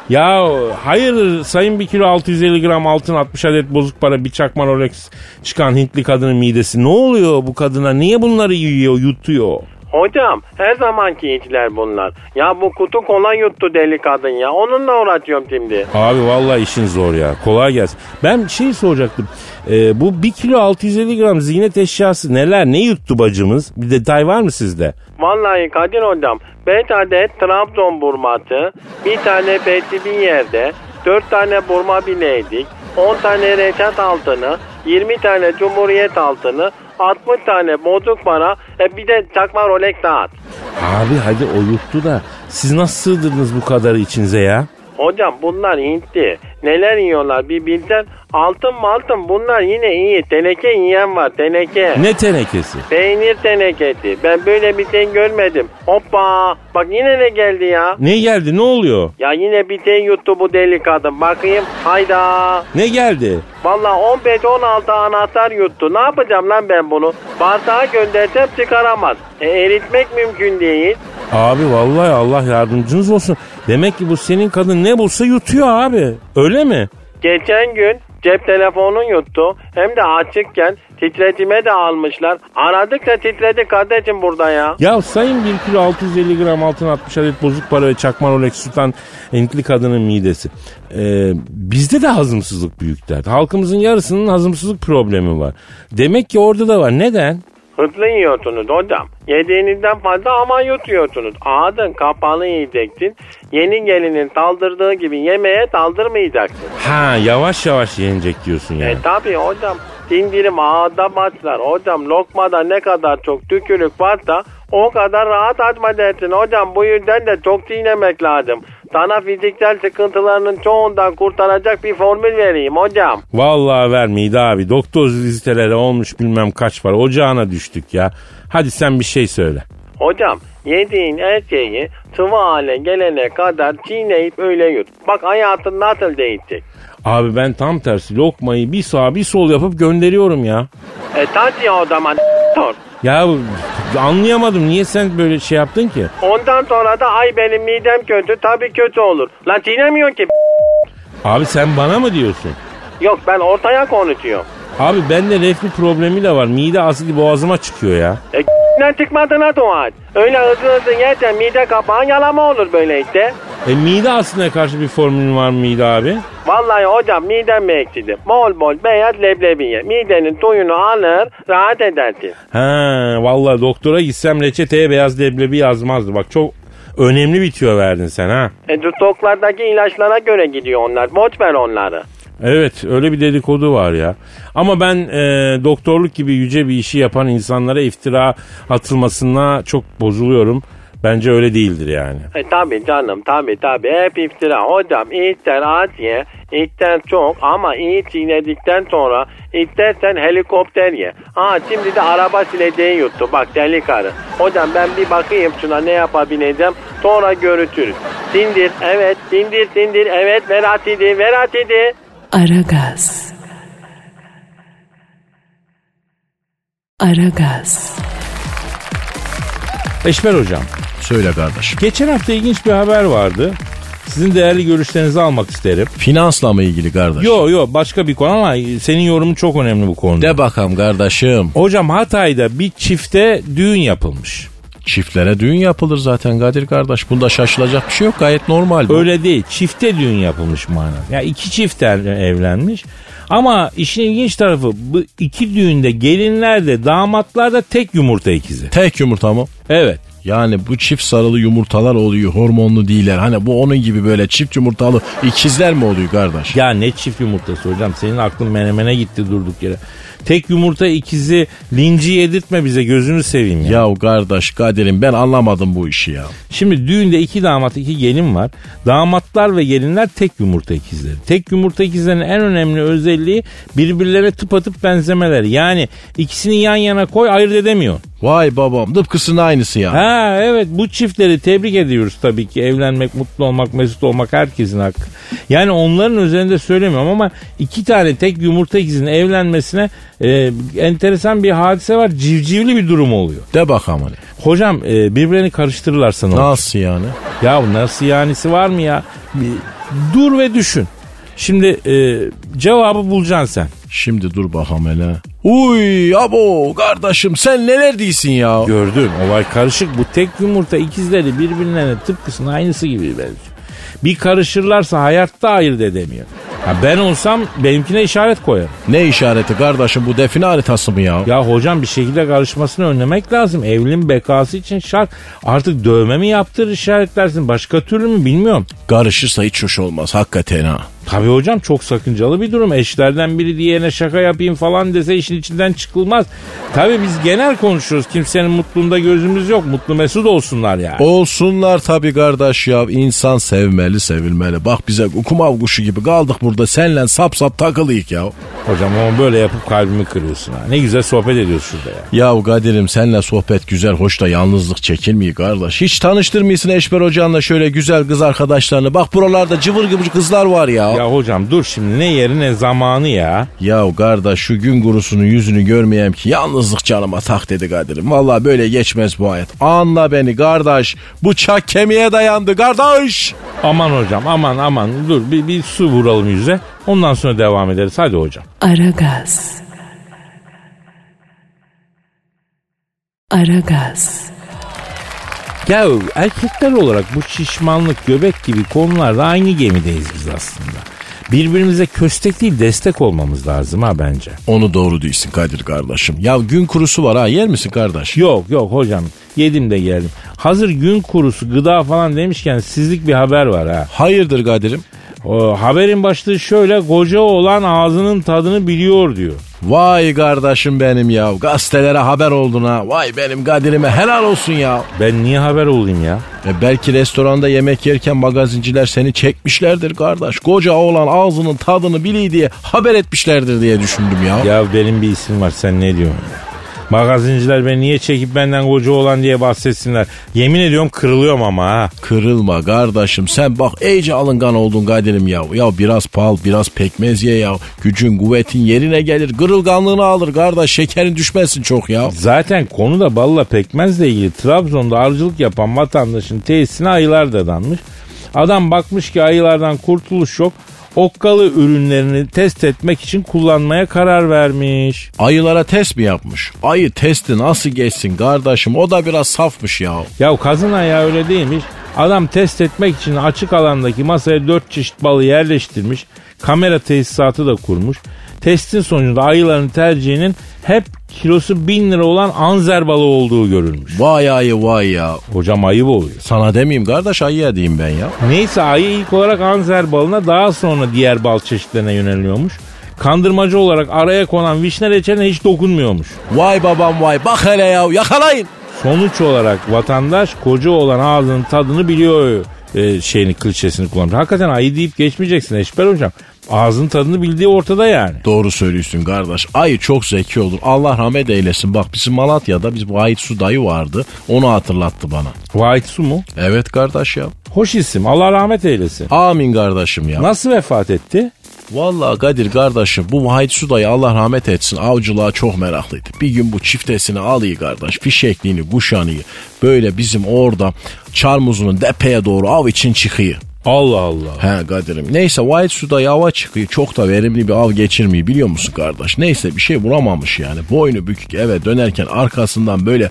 S3: Ya hayırdır sayın, bir kilo altı yüz elli gram altın altmış adet bozuk para bir çakma Rolex çıkan Hintli kadının midesi. Ne oluyor bu kadına? Niye bunları yiyor, yutuyor?
S1: Hocam her zamanki işler bunlar. Ya bu kutu kolay yuttu deli kadın ya. Onunla uğraşıyorum şimdi.
S3: Abi vallahi işin zor ya. Kolay gelsin. Ben şey soracaktım. Ee, bu bir kilo altı yüz elli gram ziynet eşyası neler? Ne yuttu bacımız? Bir detay var mı sizde?
S1: Vallahi Kadir hocam, beş adet Trabzon burması, bir tane beti bir yerde, dört tane burma bileydik, on tane reşat altını, yirmi tane cumhuriyet altını, altmış tane bozuk para, e bir de çakma Rolex saat.
S3: Abi hadi o yuttu da siz nasıl sığdırdınız bu kadarı içinize ya?
S1: Hocam bunlar Hintli. Neler yiyorlar bir bilsen,
S5: Altın maltın bunlar yine iyi. Teneke yiyen var, teneke.
S3: Ne tenekesi?
S5: Peynir tenekesi. Ben böyle bir şey görmedim. Hoppa. Bak yine ne geldi ya?
S3: Ne geldi, ne oluyor?
S5: Ya yine bir şey yuttu bu deli kadın. Bakayım. Hayda.
S3: Ne geldi?
S5: Vallahi on beş on altı anahtar yuttu. Ne yapacağım lan ben bunu? Bardağa göndersem çıkaramaz. E, eritmek mümkün değil.
S3: Abi vallahi Allah yardımcınız olsun. Demek ki bu senin kadın ne bulsa yutuyor abi. Öyle mi?
S5: Geçen gün cep telefonun yuttu. Hem de açıkken titretime de almışlar. Aradıkça titredi kardeşim burada ya.
S3: Ya sayın bir kilo altı yüz elli gram altın altmış adet bozuk para ve çakma Rolex tutan Hintli kadının midesi. Ee, bizde de hazımsızlık büyük dert. Halkımızın yarısının hazımsızlık problemi var. Demek ki orada da var. Neden?
S5: Hızlı yiyorsunuz hocam. Yediğinizden fazla ama yutuyorsunuz. Ağzın kapağını yiyeceksin. Yeni gelinin saldırdığı gibi yemeğe saldırmayacaksın.
S3: Ha, yavaş yavaş yenecek diyorsun yani.
S5: E tabi hocam. Sindirim ağda başlar. Hocam lokmada ne kadar çok tükürük varsa o kadar rahat açma dersin. Hocam bu yüzden de çok çiğnemek lazım. Sana fiziksel sıkıntılarının çoğundan kurtaracak bir formül vereyim hocam.
S3: Vallahi vermeydi abi. Doktor viziteleri olmuş bilmem kaç var. Ocağına düştük ya. Hadi sen bir şey söyle.
S5: Hocam yediğin her şeyi sıvı hale gelene kadar çiğneyip öyle yut. Bak hayatın nasıl değişecek.
S3: Abi ben tam tersi lokmayı bir sağ bir sol yapıp gönderiyorum ya.
S5: E tabii ya o zaman sor.
S3: Ya anlayamadım, niye sen böyle şey yaptın ki?
S5: Ondan sonra da ay benim midem kötü, tabii kötü olur. Lan çiğnemiyor ki.
S3: Abi sen bana mı diyorsun?
S5: Yok ben ortaya konuşuyorum.
S3: Abi bende reflü problemi de var. Mide asidi boğazıma çıkıyor ya.
S5: E ne çıkmadığına dua et. Öyle hızlı hızlı yersen mide kapağın yalama olur böyle işte.
S3: E mide asidine karşı bir formülün var mıydı abi?
S5: Vallahi hocam midem mi eksildi? Bol bol beyaz leblebi ye. Midenin suyunu alır, rahat edersin.
S3: Ha, vallahi doktora gitsem reçeteye beyaz leblebi yazmazdı. Bak çok önemli bir tüyo verdin sen ha.
S5: E stoklardaki ilaçlara göre gidiyor onlar. Boş ver onları.
S3: Evet, öyle bir dedikodu var ya. Ama ben e, doktorluk gibi yüce bir işi yapan insanlara iftira atılmasına çok bozuluyorum. Bence öyle değildir yani.
S5: E tabi canım, tabi tabi, hep iftira. Hocam ister az ye, ister çok, ama iyi çiğnedikten sonra istersen helikopter ye. Ha şimdi de araba sileceği yuttu, bak deli karı. Hocam ben bir bakayım şuna, ne yapabileceğim, sonra görüşürüz. Sindir, evet, sindir sindir, evet, ver atidi, ver atidi.
S2: Aragaz. Aragaz.
S3: Eşmer hocam.
S4: Söyle kardeşim.
S3: Geçen hafta ilginç bir haber vardı. Sizin değerli görüşlerinizi almak isterim.
S4: Finansla mı ilgili kardeş?
S3: Yok yok, başka bir konu ama senin yorumun çok önemli bu konuda.
S4: De bakalım kardeşim.
S3: Hocam Hatay'da bir çifte düğün yapılmış.
S4: Çiftlere düğün yapılır zaten Kadir kardeş. Bunda şaşılacak bir şey yok, gayet normal bu.
S3: Öyle değil, çifte düğün yapılmış manada. Ya yani iki çiftler evlenmiş. Ama işin ilginç tarafı, bu iki düğünde gelinler de damatlar da tek yumurta ikizi.
S4: Tek yumurta mı?
S3: Evet.
S4: Yani bu çift sarılı yumurtalar oluyor, hormonlu değiller. Hani bu onun gibi böyle çift yumurtalı ikizler mi oluyor kardeş?
S3: Ya ne çift yumurtası hocam, senin aklın menemene gitti durduk yere. Tek yumurta ikizi linci yedirtme bize, gözünü seveyim ya.
S4: Ya kardeş Kadir'im, ben anlamadım bu işi ya.
S3: Şimdi düğünde iki damat iki gelin var. Damatlar ve gelinler tek yumurta ikizleri. Tek yumurta ikizlerin en önemli özelliği birbirlerine tıpatıp benzemeleri. Yani ikisini yan yana koy ayırt edemiyor.
S4: Vay babam, tıpkısının aynısı ya.
S3: Ha evet, bu çiftleri tebrik ediyoruz tabii ki. Evlenmek, mutlu olmak, mesut olmak herkesin hakkı. Yani onların üzerinde söylemiyorum ama iki tane tek yumurta ikizinin evlenmesine e, enteresan bir hadise var. Civcivli bir durum oluyor.
S4: De bakalım hani.
S3: Hocam e, birbirlerini karıştırırlar sana.
S4: Nasıl yani?
S3: Ya nasıl yanisi var mı ya? Bir, dur ve düşün. Şimdi e, cevabı bulacaksın sen.
S4: Şimdi dur bakalım hele. Uy abo kardeşim, sen neler değilsin ya.
S3: Gördün, olay karışık. Bu tek yumurta ikizleri birbirlerine tıpkısının aynısı gibi benziyor. Bir karışırlarsa hayatta ayırt edemiyor. Ha ben olsam benimkine işaret koyarım.
S4: Ne işareti kardeşim, bu define haritası mı ya?
S3: Ya hocam bir şekilde karışmasını önlemek lazım. Evliliğin bekası için şart. Artık dövme mi yaptırır işaretlersin, başka türlü mü bilmiyorum.
S4: Karışırsa hiç hoş olmaz hakikaten ha.
S3: Tabii hocam, çok sakıncalı bir durum. Eşlerden biri diğerine şaka yapayım falan dese işin içinden çıkılmaz. Tabii biz genel konuşuyoruz. Kimsenin mutluluğunda gözümüz yok. Mutlu mesut olsunlar yani.
S4: Olsunlar tabii kardeş ya. İnsan sevmeli, sevilmeli. Bak bize kumav kuşu gibi kaldık burada. Seninle sap sap takılıyık ya.
S3: Hocam ama böyle yapıp kalbimi kırıyorsun ha. Ne güzel sohbet ediyoruz şurada ya.
S4: Ya Kadir'im, seninle sohbet güzel, hoş da yalnızlık çekilmiyor kardeş. Hiç tanıştırmıyorsun Eşber Hoca'nla şöyle güzel kız arkadaşlarını. Bak buralarda cıvır gibi kızlar var ya.
S3: Ya hocam dur şimdi, ne yeri ne zamanı ya.
S4: Ya kardeş, şu gün kurusunun yüzünü görmeyeyim ki yalnızlık canıma tak dedi Kadir'im. Vallahi böyle geçmez bu hayat. Anla beni kardeş. Bu çak kemiğe dayandı kardeş.
S3: Aman hocam, aman aman dur bir, bir su vuralım yüze. Ondan sonra devam ederiz. Hadi hocam.
S2: Aragaz. Aragaz.
S3: Ya erkekler olarak bu şişmanlık, göbek gibi konularda aynı gemideyiz biz aslında. Birbirimize köstek değil, destek olmamız lazım ha bence.
S4: Onu doğru değilsin Kadir kardeşim. Ya gün kurusu var ha, yer misin kardeş?
S3: Yok yok hocam, yedim de geldim. Hazır gün kurusu, gıda falan demişken sizlik bir haber var ha.
S4: Hayırdır Kadir'im?
S3: O haberin başlığı şöyle: koca oğlan ağzının tadını biliyor diyor.
S4: Vay kardeşim benim ya. Gazetelere haber oldun ha. Vay benim Kadir'ime helal olsun ya.
S3: Ben niye haber olayım ya?
S4: E belki restoranda yemek yerken magazinciler seni çekmişlerdir kardeş. Koca oğlan ağzının tadını biliyor diye haber etmişlerdir diye düşündüm ya.
S3: Ya benim bir isim var, sen ne diyorsun ya? Magazinciler beni niye çekip benden koca oğlan diye bahsetsinler? Yemin ediyorum kırılıyorum ama ha.
S4: Kırılma kardeşim, sen bak iyice alıngan oldun Kadir'im ya. Ya biraz pal, biraz pekmez ye ya. Gücün kuvvetin yerine gelir, kırılganlığını alır kardeş, şekerin düşmesin çok ya.
S3: Zaten konu da balla pekmezle ilgili. Trabzon'da arıcılık yapan vatandaşın tesisine ayılar dadanmış. Adam bakmış ki ayılardan kurtuluş yok. Okkalı ürünlerini test etmek için kullanmaya karar vermiş.
S4: Ayılara test mi yapmış? Ayı testi nasıl geçsin kardeşim? O da biraz safmış ya.
S3: Ya kazın ayağı öyle değilmiş. Adam test etmek için açık alandaki masaya dört çeşit balı yerleştirmiş. Kamera tesisatı da kurmuş. Testin sonucunda ayıların tercihinin hep kilosu bin lira olan anzer balığı olduğu görülmüş.
S4: Vay ayı vay ya.
S3: Hocam ayıp oluyor.
S4: Sana demeyeyim kardeş, ayıya diyeyim ben ya.
S3: Neyse ayı ilk olarak anzer balına, daha sonra diğer bal çeşitlerine yöneliyormuş. Kandırmacı olarak araya konan vişne reçeline hiç dokunmuyormuş.
S4: Vay babam vay, bak hele ya, yakalayın.
S3: Sonuç olarak vatandaş koca olan ağzının tadını biliyor e, şeyini, klişesini kullanmış. Hakikaten ayı deyip geçmeyeceksin Eşber hocam. Ağzının tadını bildiği ortada yani.
S4: Doğru söylüyorsun kardeş. Ayı çok zeki olur. Allah rahmet eylesin. Bak bizim Malatya'da biz Vahit Su dayı vardı. Onu hatırlattı bana.
S3: Vahit Su mu?
S4: Evet kardeş ya.
S3: Hoş isim. Allah rahmet eylesin.
S4: Amin kardeşim ya.
S3: Nasıl vefat etti?
S4: Vallahi Kadir kardeşim, bu Vahit Su dayı Allah rahmet etsin avcılığa çok meraklıydı. Bir gün bu çiftesini alıyor kardeş, fişekliğini, kuşanıyı, böyle bizim orada Çarmuzlu'nun depeye doğru av için çıkıyor.
S3: Allah Allah.
S4: He Kadir'im. Neyse Vahit Su dayı ava çıkıyor. Çok da verimli bir av geçirmiyor biliyor musun kardeş? Neyse bir şey vuramamış yani. Boynu bükük eve dönerken arkasından böyle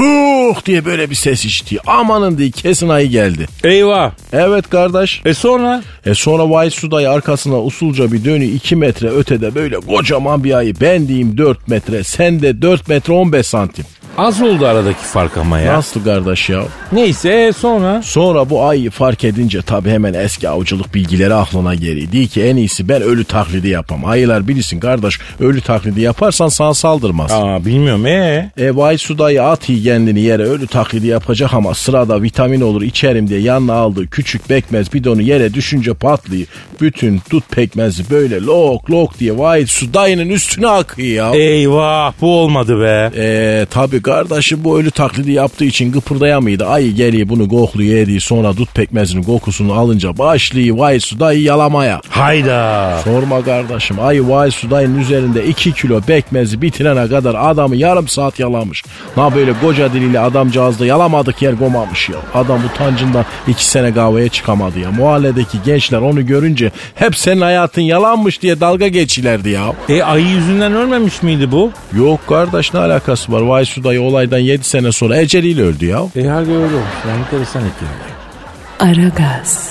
S4: ruh diye böyle bir ses işitiyor. Amanın diye kesin ayı geldi.
S3: Eyvah.
S4: Evet kardeş.
S3: E sonra?
S4: E sonra Vahit Su dayı arkasına usulca bir dönüyor. iki metre ötede böyle kocaman bir ayı. Ben diyeyim dört metre. Sen de dört metre on beş santim.
S3: Az oldu aradaki fark ama ya.
S4: Nasıl kardeş ya?
S3: Neyse sonra?
S4: Sonra bu ayıyı fark edince tabii hemen eski avcılık bilgileri aklına geliyor. Diyor ki en iyisi ben ölü taklidi yapam. Ayılar bilirsin kardeş, ölü taklidi yaparsan sana saldırmaz.
S3: Aa bilmiyorum ee?
S4: E Vahit Su dayı atıyor kendini yere, ölü taklidi yapacak ama sırada vitamin olur içerim diye yanına aldığı küçük pekmez bidonu yere düşünce patlıyor. Bütün dut pekmezi böyle lok lok diye Vahit Su dayının üstüne akıyor ya.
S3: Eyvah, bu olmadı be.
S4: E tabii kardeşim bu ölü taklidi yaptığı için kıpırdayamıyordu. Ayı geliyor bunu kokluyor ediyor, sonra dut pekmezinin kokusunu alınca başlıyor Vahit Su dayı yalamaya.
S3: Hayda.
S4: Sorma kardeşim, ayı Vahit Su dayının üzerinde iki kilo pekmezi bitirene kadar adamı yarım saat yalamış. Na böyle koca diliyle adamcağızda yalamadık yer komamış ya. Adam utancından iki sene kahveye çıkamadı ya. Mahalledeki gençler onu görünce hep senin hayatın yalanmış diye dalga geçilerdi ya.
S3: E ayı yüzünden ölmemiş miydi bu?
S4: Yok kardeş, ne alakası var? Vahit Su dayı olaydan yedi sene sonra eceliyle öldü ya.
S3: E hadi öyle olmuş. Yani enteresan hikaye.
S2: Aragaz.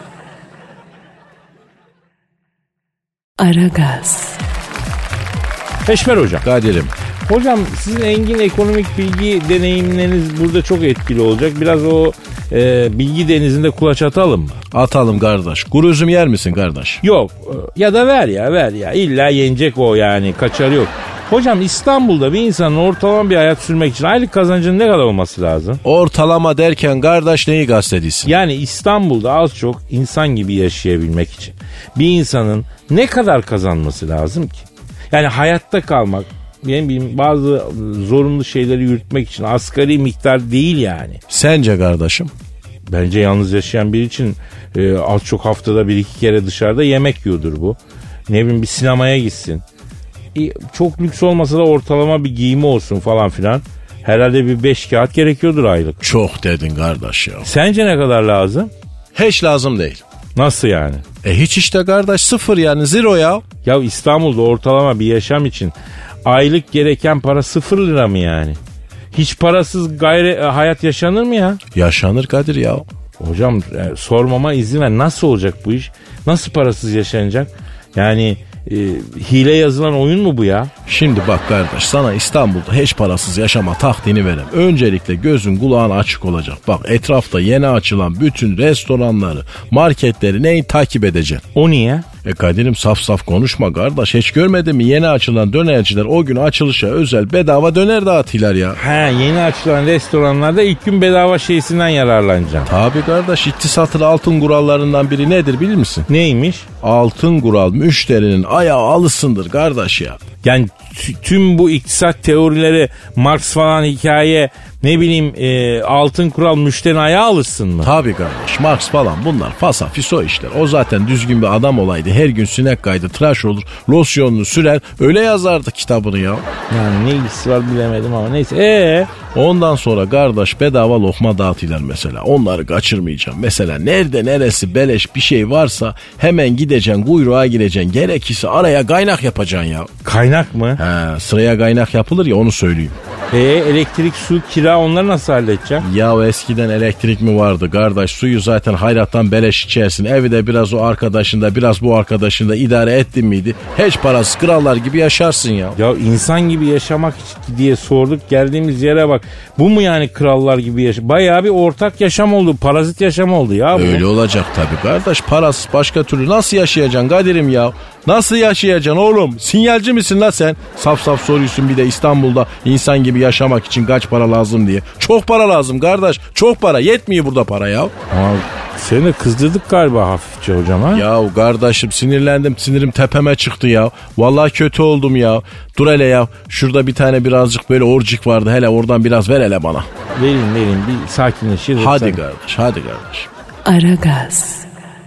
S2: Aragaz.
S3: Eşber hocam.
S4: Kadir'im.
S3: Hocam sizin engin ekonomik bilgi deneyimleriniz burada çok etkili olacak. Biraz o e, bilgi denizinde kulaç atalım mı?
S4: Atalım kardeş. Kuru üzüm yer misin kardeş?
S3: Yok ya da ver ya ver ya. İlla yenecek o yani, kaçarı yok. Hocam İstanbul'da bir insanın ortalama bir hayat sürmek için aylık kazancının ne kadar olması lazım?
S4: Ortalama derken kardeş neyi kastediyorsun?
S3: Yani İstanbul'da az çok insan gibi yaşayabilmek için bir insanın ne kadar kazanması lazım ki? Yani hayatta kalmak, benim bileyim, bazı zorunlu şeyleri yürütmek için asgari miktar değil yani.
S4: Sence kardeşim?
S3: Bence yalnız yaşayan biri için e, az çok haftada bir iki kere dışarıda yemek yiyordur bu. Ne bileyim bir sinemaya gitsin. E, çok lüks olmasa da ortalama bir giyimi olsun falan filan. Herhalde bir beş kağıt gerekiyordur aylık.
S4: Çok dedin kardeş ya.
S3: Sence ne kadar lazım?
S4: Hiç lazım değil.
S3: Nasıl yani?
S4: E hiç işte kardeş, sıfır yani, zero ya.
S3: Ya İstanbul'da ortalama bir yaşam için aylık gereken para sıfır lira mı yani? Hiç parasız gayri hayat yaşanır mı ya?
S4: Yaşanır Kadir ya.
S3: Hocam e, sormama izin ver. Nasıl olacak bu iş? Nasıl parasız yaşanacak? Yani e, hile yazılan oyun mu bu ya?
S4: Şimdi bak kardeş, sana İstanbul'da hiç parasız yaşama taktiğini vereyim. Öncelikle gözün kulağın açık olacak. Bak, etrafta yeni açılan bütün restoranları, marketleri neyi takip edeceksin?
S3: O niye?
S4: E Kadir'im, saf saf konuşma kardeş. Hiç görmedin mi yeni açılan dönerciler o gün açılışa özel bedava döner dağıtıyorlar ya.
S3: He, yeni açılan restoranlarda ilk gün bedava şeysinden yararlanacağım.
S4: Tabii kardeş, iktisatın altın kurallarından biri nedir bilir misin?
S3: Neymiş?
S4: Altın kural müşterinin ayağı alısındır kardeş ya.
S3: Yani t- tüm bu iktisat teorileri, Marx falan hikaye, ne bileyim e, altın kural müşterinin ayağı alışsın mı?
S4: Tabii kardeş, Marx falan bunlar fasafiso işler. O zaten düzgün bir adam olaydı. Her gün sinek kaydı, tıraş olur, losyonunu sürer, öyle yazardı kitabını ya.
S3: Yani ne ilgisi var bilemedim ama neyse. Eee?
S4: Ondan sonra kardeş bedava lokma dağıtıyorlar mesela. Onları kaçırmayacağım. Mesela nerede neresi beleş bir şey varsa hemen gideceksin, kuyruğa gireceksin. Gerekirse araya kaynak yapacaksın ya.
S3: Kaynak mı?
S4: He, sıraya kaynak yapılır ya, onu söyleyeyim.
S3: Eee elektrik, su, kira, onları nasıl halledeceğim?
S4: Ya eskiden elektrik mi vardı kardeş? Suyu zaten hayrattan beleş içersin. Evi de biraz o arkadaşında, biraz bu arkadaşında idare ettin miydi? Hiç parası, krallar gibi yaşarsın ya.
S3: Ya insan gibi yaşamak için diye sorduk, geldiğimiz yere bak. Bu mu yani krallar gibi yaşam? Bayağı bir ortak yaşam oldu, parazit yaşam oldu ya bu.
S4: Öyle olacak tabii kardeş. Parasız başka türlü nasıl yaşayacaksın Kadir'im ya? Nasıl yaşayacaksın oğlum? Sinyalci misin la sen? Saf saf soruyorsun bir de İstanbul'da insan gibi yaşamak için kaç para lazım diye. Çok para lazım kardeş. Çok para. Yetmiyor burada para ya.
S3: Ama seni de kızdırdık galiba hafifçe hocam ha?
S4: Ya kardeşim, sinirlendim. Sinirim tepeme çıktı ya. Vallahi kötü oldum ya. Dur hele ya. Şurada bir tane birazcık böyle orcik vardı. Hele oradan biraz ver hele bana.
S3: Verin verin bir sakinleşir.
S4: Hadi
S3: sen...
S4: kardeş, hadi kardeş.
S2: Aragaz.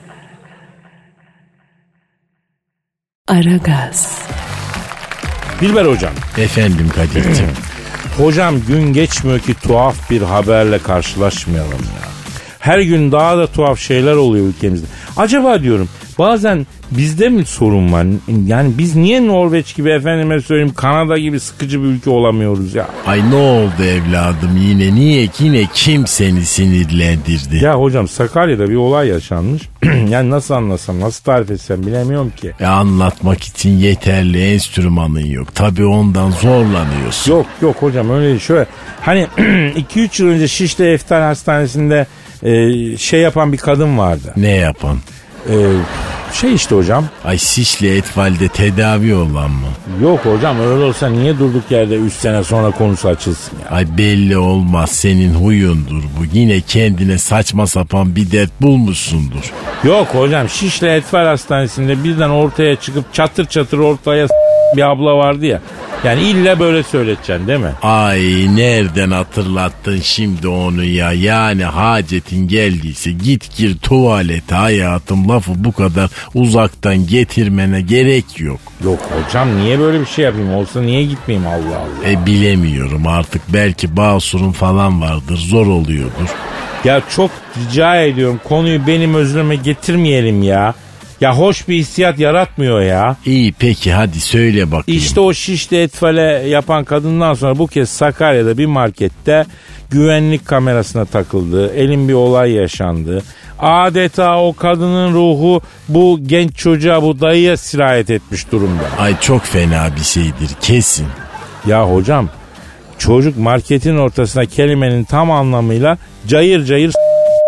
S2: Aragaz.
S3: Dilber hocam.
S4: Efendim Kadir'cim.
S3: Hocam gün geçmiyor ki tuhaf bir haberle karşılaşmayalım ya. Her gün daha da tuhaf şeyler oluyor ülkemizde. Acaba diyorum bazen bizde mi sorun var? Yani biz niye Norveç gibi, efendime söyleyeyim Kanada gibi sıkıcı bir ülke olamıyoruz ya?
S4: Ay ne oldu evladım yine? Niye yine kim seni sinirlendirdi?
S3: Ya hocam Sakarya'da bir olay yaşanmış. Yani nasıl anlasam, nasıl tarif etsem bilemiyorum ki.
S4: E anlatmak için yeterli enstrümanın yok. Tabii ondan zorlanıyorsun.
S3: Yok yok hocam öyle değil. Şöyle hani iki üç yıl önce Şişli Eftal Hastanesi'nde e, şey yapan bir kadın vardı.
S4: Ne yapan?
S3: E, şey işte hocam.
S4: Ay Şişli Etfal'de tedavi olan mı?
S3: Yok hocam öyle olsa niye durduk yerde üç sene sonra konusu açılsın ya?
S4: Ay belli olmaz, senin huyundur bu. Yine kendine saçma sapan bir dert bulmuşsundur.
S3: Yok hocam Şişli Etfal Hastanesi'nde birden ortaya çıkıp çatır çatır ortaya bir abla vardı ya. Yani illa böyle söyleteceksin değil mi?
S4: Ay nereden hatırlattın şimdi onu ya? Yani hacetin geldiyse git gir tuvalete hayatım, lafı bu kadar uzaktan getirmene gerek yok.
S3: Yok hocam niye böyle bir şey yapayım? Olsa niye gitmeyeyim Allah Allah.
S4: E bilemiyorum artık, belki basurun falan vardır, zor oluyordur.
S3: Ya çok rica ediyorum konuyu benim özrüme getirmeyelim ya. Ya hoş bir hissiyat yaratmıyor ya.
S4: İyi peki hadi söyle bakayım.
S3: İşte o Şişli Etfal'e yapan kadından sonra bu kez Sakarya'da bir markette güvenlik kamerasına takıldı. Elin bir olay yaşandı. Adeta o kadının ruhu bu genç çocuğa, bu dayıya sirayet etmiş durumda.
S4: Ay çok fena bir şeydir kesin.
S3: Ya hocam çocuk marketin ortasına kelimenin tam anlamıyla cayır cayır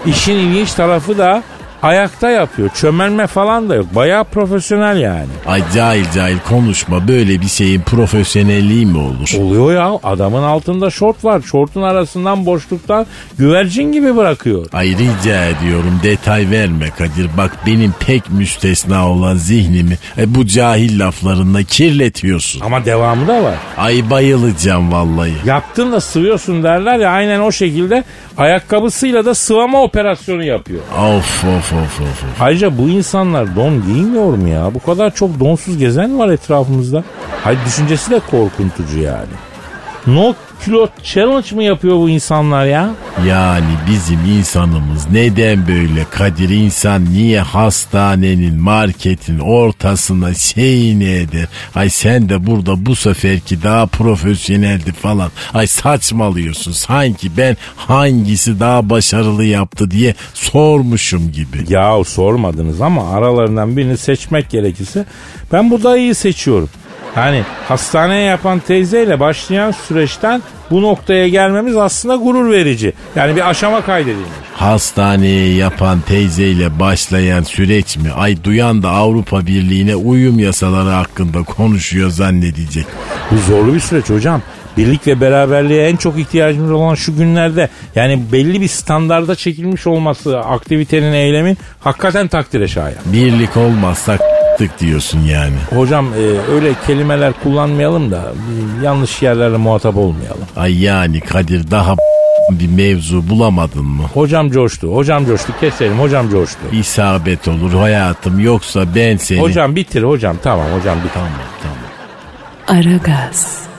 S3: İşin ilginç tarafı da ayakta yapıyor. Çömelme falan da yok. Bayağı profesyonel yani.
S4: Ay cahil cahil konuşma. Böyle bir şeyin profesyonelliği mi olur?
S3: Oluyor ya. Adamın altında şort var. Şortun arasından boşluktan güvercin gibi bırakıyor.
S4: Ay rica ediyorum detay verme Kadir. Bak benim pek müstesna olan zihnimi e, bu cahil laflarında kirletiyorsun.
S3: Ama devamı da var.
S4: Ay bayılacağım vallahi.
S3: Yaptın da sıvıyorsun derler ya, aynen o şekilde ayakkabısıyla da sıvama operasyonu yapıyor.
S4: Of of of of. of.
S3: Ayrıca bu insanlar don giymiyor mu ya? Bu kadar çok donsuz gezen var etrafımızda. Hayır, düşüncesi de korkuntucu yani. No külot challenge mı yapıyor bu insanlar ya?
S4: Yani bizim insanımız neden böyle Kadir? İnsan niye hastanenin, marketin ortasına şeyini eder? Ay sen de burada bu seferki daha profesyoneldi falan. Ay saçmalıyorsun. Sanki ben hangisi daha başarılı yaptı diye sormuşum gibi.
S3: Yahu sormadınız ama aralarından birini seçmek gerekirse ben bu da iyi seçiyorum. Hani hastaneye yapan teyzeyle başlayan süreçten bu noktaya gelmemiz aslında gurur verici. Yani bir aşama kaydedilmiş.
S4: Hastaneye yapan teyzeyle başlayan süreç mi? Ay duyan da Avrupa Birliği'ne uyum yasaları hakkında konuşuyor zannedecek.
S3: Bu zorlu bir süreç hocam. Birlik ve beraberliğe en çok ihtiyacımız olan şu günlerde, yani belli bir standarda çekilmiş olması aktivitenin, eylemin hakikaten takdire şayan.
S4: Birlik olmazsak diyorsun yani.
S3: Hocam e, öyle kelimeler kullanmayalım da yanlış yerlerle muhatap olmayalım.
S4: Ay yani Kadir daha bir mevzu bulamadın mı?
S3: Hocam coştu, hocam coştu, keselim, hocam coştu.
S4: İsabet olur hayatım, yoksa ben seni...
S3: Hocam bitir hocam, tamam hocam bitir.
S4: Tamam tamam.
S2: Aragaz.